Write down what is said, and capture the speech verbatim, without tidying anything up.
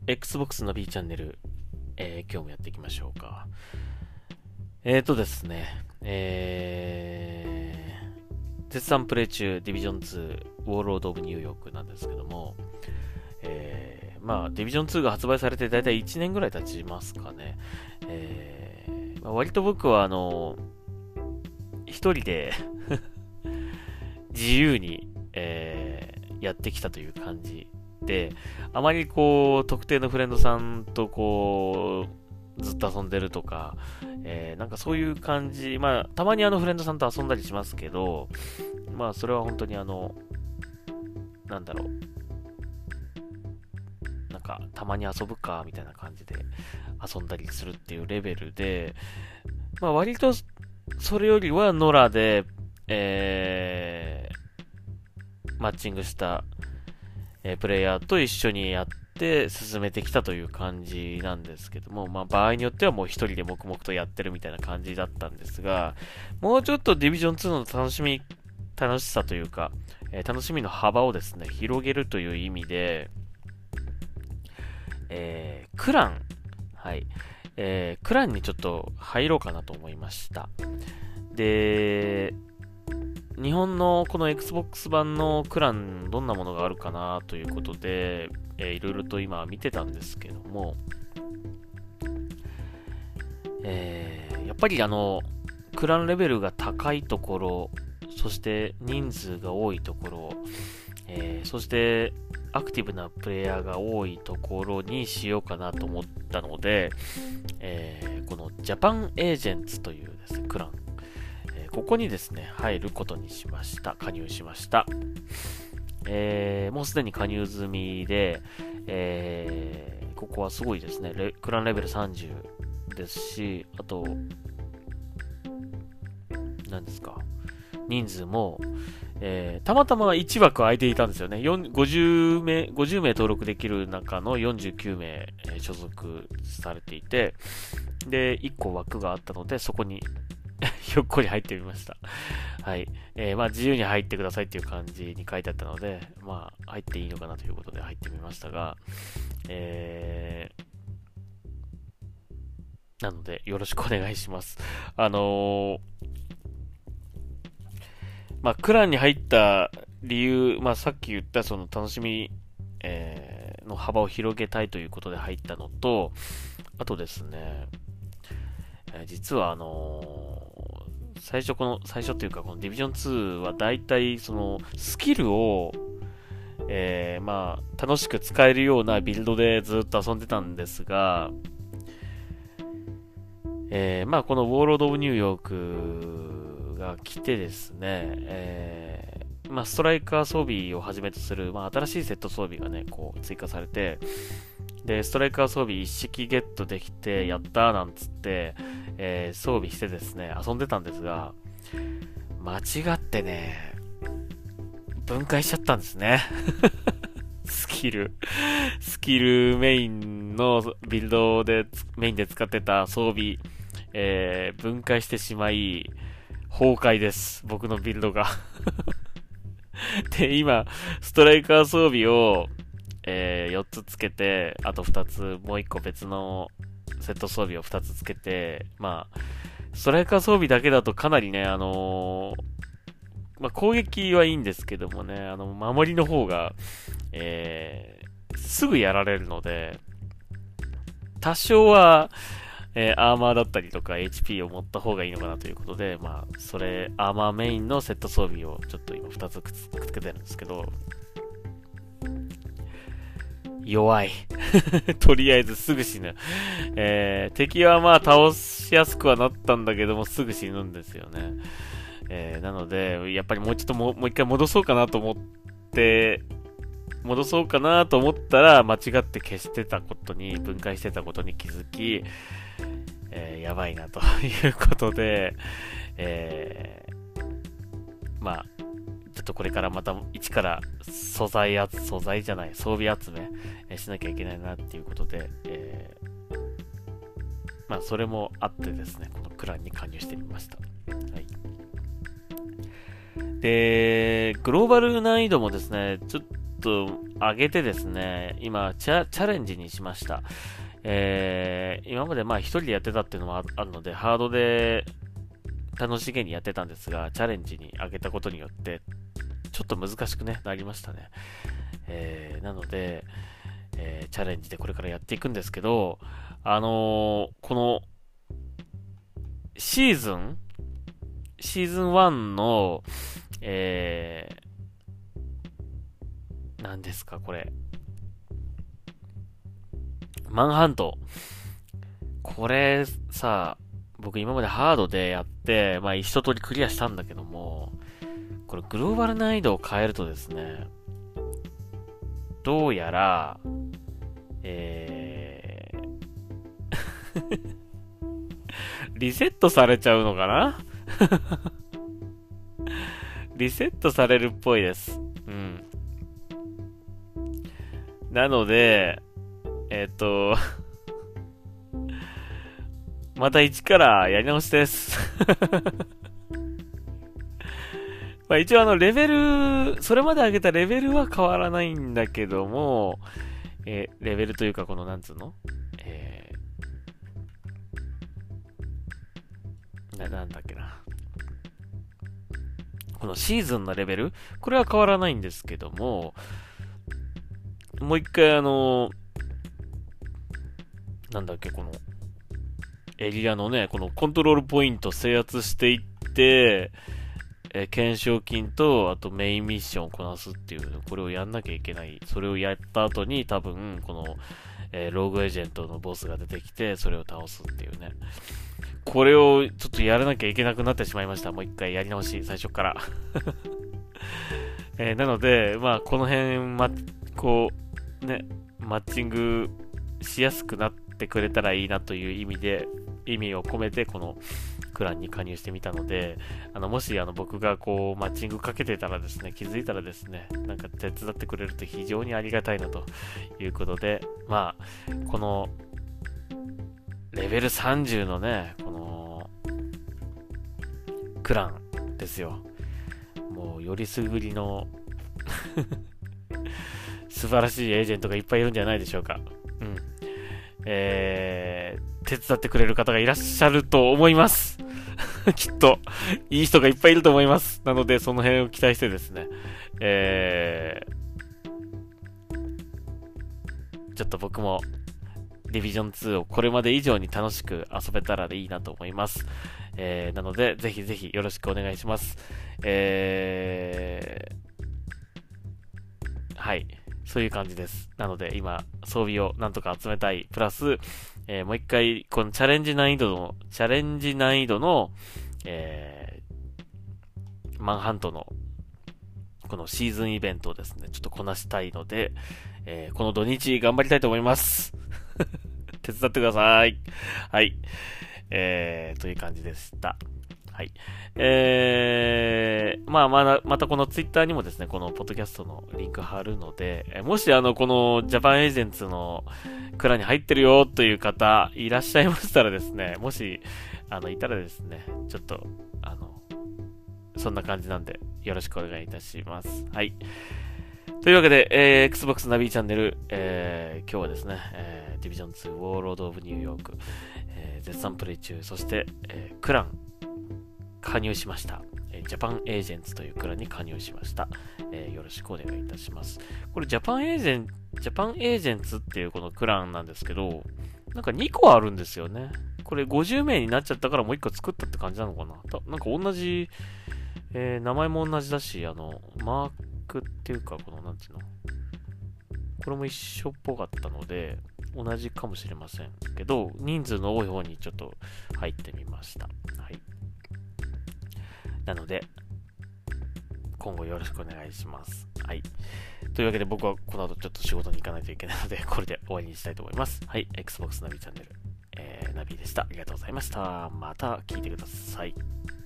Xbox の B チャンネル、えー今日もやっていきましょうか。えーとですね、えー、絶賛プレイ中、ディビジョンツー、ウォーロード・オブ・ニューヨークなんですけども、えー、まあ、ディビジョンツーが発売されてだいたいいちねんぐらい経ちますかね。えーまあ、割と僕は、あの、一人で自由に、えーやってきたという感じで、あまりこう、特定のフレンドさんとこう、ずっと遊んでるとか、えーなんかそういう感じ、まあ、たまにあのフレンドさんと遊んだりしますけど、まあ、それは本当にあの、なんだろう、なんか、たまに遊ぶか、みたいな感じで遊んだりするっていうレベルで、まあ、割と、それよりはノラで、えー、マッチングした、えープレイヤーと一緒にやって進めてきたという感じなんですけども、まあ場合によってはもう一人で黙々とやってるみたいな感じだったんですが、もうちょっとディビジョンツーの楽しみ、楽しさというか、えー楽しみの幅をですね、広げるという意味で、えークラン、はい、えークランにちょっと入ろうかなと思いました。で、日本のこの Xbox 版のクランどんなものがあるかなということで、えーいろいろと今見てたんですけども、えーやっぱりあの、クランレベルが高いところ、そして人数が多いところ、えーそしてアクティブなプレイヤーが多いところにしようかなと思ったので、えーこのジャパンエージェンツというですね、クラン、えーここにですね、入ることにしました。加入しました。えーもうすでに加入済みで、えーここはすごいですね。レクランレベルさんじゅうですし、あと、何ですか。人数も、えーたまたまいち枠空いていたんですよね。よん ごじゅう名、ごじゅう名登録できる中のよんじゅうきゅう名、えー所属されていて、で、いっこ枠があったので、そこにひょっこり入ってみました。はい。えーまあ自由に入ってくださいっていう感じに書いてあったので、まあ入っていいのかなということで入ってみましたが、えー、なのでよろしくお願いします。あのー、まあクランに入った理由、まあさっき言ったその楽しみ、えーの幅を広げたいということで入ったのと、あとですね、えー実はあのー最初この、最初というかこのディビジョンツーは大体そのスキルを、えー、まあ楽しく使えるようなビルドでずっと遊んでたんですが、えー、まあこのウォーロード・オブ・ニューヨークが来てですね、えー、まあストライカー装備をはじめとする、まあ新しいセット装備がね、こう追加されて、で、ストライカー装備一式ゲットできて、やったーなんつって、えー装備してですね、遊んでたんですが、間違ってね、分解しちゃったんですね。スキル。スキルメインのビルドで、メインで使ってた装備、えー分解してしまい、崩壊です。僕のビルドが。で、今、ストライカー装備を、えーよっつつけて、あとふたつ、もういっこ別のセット装備をふたつつけて、まあ、ストライカー装備だけだとかなりね、あのーまあ、攻撃はいいんですけどもね、あの、守りの方が、えーすぐやられるので、多少は、えーアーマーだったりとか エイチピー を持った方がいいのかなということで、まあ、それ、アーマーメインのセット装備をちょっと今ふたつくっつくっつけてるんですけど、弱い。とりあえずすぐ死ぬ。えー、敵はまあ倒しやすくはなったんだけども、すぐ死ぬんですよね。えー、なので、やっぱりもうちょっともうもう一回戻そうかなと思って、戻そうかなと思ったら、間違って消してたことに、分解してたことに気づき、えー、やばいなということで、えー、まあ、ちょっとこれからまた一から素材や、素材じゃない、装備集め、えーしなきゃいけないなっていうことで、えー、まあそれもあってですね、このクランに加入してみました。はい。で、グローバル難易度もですね、ちょっ度上げてですね、今チャ、チャレンジにしました。えー、今までまあ一人でやってたっていうのもあるので、ハードで楽しげにやってたんですが、チャレンジに上げたことによって、ちょっと難しくね、なりましたね。えー、なので、えー、チャレンジでこれからやっていくんですけど、あのー、この、シーズンシーズンワンの、えー、何ですか、これ。マンハント。これ、さ、僕今までハードでやって、まあ一通りクリアしたんだけども、これグローバル難易度を変えるとですね、どうやら、えー、リセットされちゃうのかなリセットされるっぽいです。うん。なので、えっと、また一からやり直しです。まあ一応あのレベル、それまで上げたレベルは変わらないんだけども、えー、レベルというかこのなんつうのえー、な、なんだっけな。このシーズンのレベルこれは変わらないんですけども、もう一回あの、なんだっけ、この、エリアのね、このコントロールポイント制圧していって、えー、懸賞金と、あとメインミッションをこなすっていう、これをやんなきゃいけない。それをやった後に多分、この、えー、ローグエージェントのボスが出てきて、それを倒すっていうね。これをちょっとやらなきゃいけなくなってしまいました。もう一回やり直し、最初から。えー、なので、まあ、この辺、ま、こう、ね、マッチングしやすくなってくれたらいいなという意味で、意味を込めて、このクランに加入してみたので、あの、もし、あの、僕がこう、マッチングかけてたらですね、気づいたらですね、なんか手伝ってくれると非常にありがたいなということで、まあ、この、レベルさんじゅうのね、この、クランですよ。もう、よりすぐりの素晴らしいエージェントがいっぱいいるんじゃないでしょうか。うん。えー、手伝ってくれる方がいらっしゃると思います。きっと、いい人がいっぱいいると思います。なので、その辺を期待してですね、えー、ちょっと僕も、ディビジョンツーをこれまで以上に楽しく遊べたらいいなと思います。えー、なので、ぜひぜひよろしくお願いします。えー、はい。そういう感じです。なので、今、装備をなんとか集めたい。プラス、えー、もう一回、このチャレンジ難易度の、チャレンジ難易度の、えー、マンハントの、このシーズンイベントをですね、ちょっとこなしたいので、えー、この土日頑張りたいと思います。手伝ってください。はい。えー、という感じでした。はい。えー、まあ、まだ、またこのツイッターにもですね、このポッドキャストのリンク貼るので、えもしあの、このジャパンエージェンツのクラに入ってるよという方いらっしゃいましたらですね、もし、あの、いたらですね、ちょっと、あの、そんな感じなんで、よろしくお願いいたします。はい。というわけで、えー、Xbox ナビチャンネル、えー、今日はですね、えー、ディビジョンツーウォーロードオブニューヨーク、えー、絶賛プレイ中、そして、えー、クラン、加入しました。えー、ジャパンエージェンツというクランに加入しました。えー、よろしくお願いいたします。これ、ジャパンエージェン、ジャパンエージェンツっていうこのクランなんですけど、なんかにこあるんですよね。これごじゅうめいになっちゃったからもういっこ作ったって感じなのかな。なんか同じ、えー、名前も同じだし、あの、マークっていうか、この、なんていうの、これも一緒っぽかったので、同じかもしれませんけど、人数の多い方にちょっと入ってみました。はい。なので、今後よろしくお願いします。はい。というわけで僕はこの後ちょっと仕事に行かないといけないので、これで終わりにしたいと思います。はい。Xbox ナビチャンネル、えー、ナビでした。ありがとうございました。また聞いてください。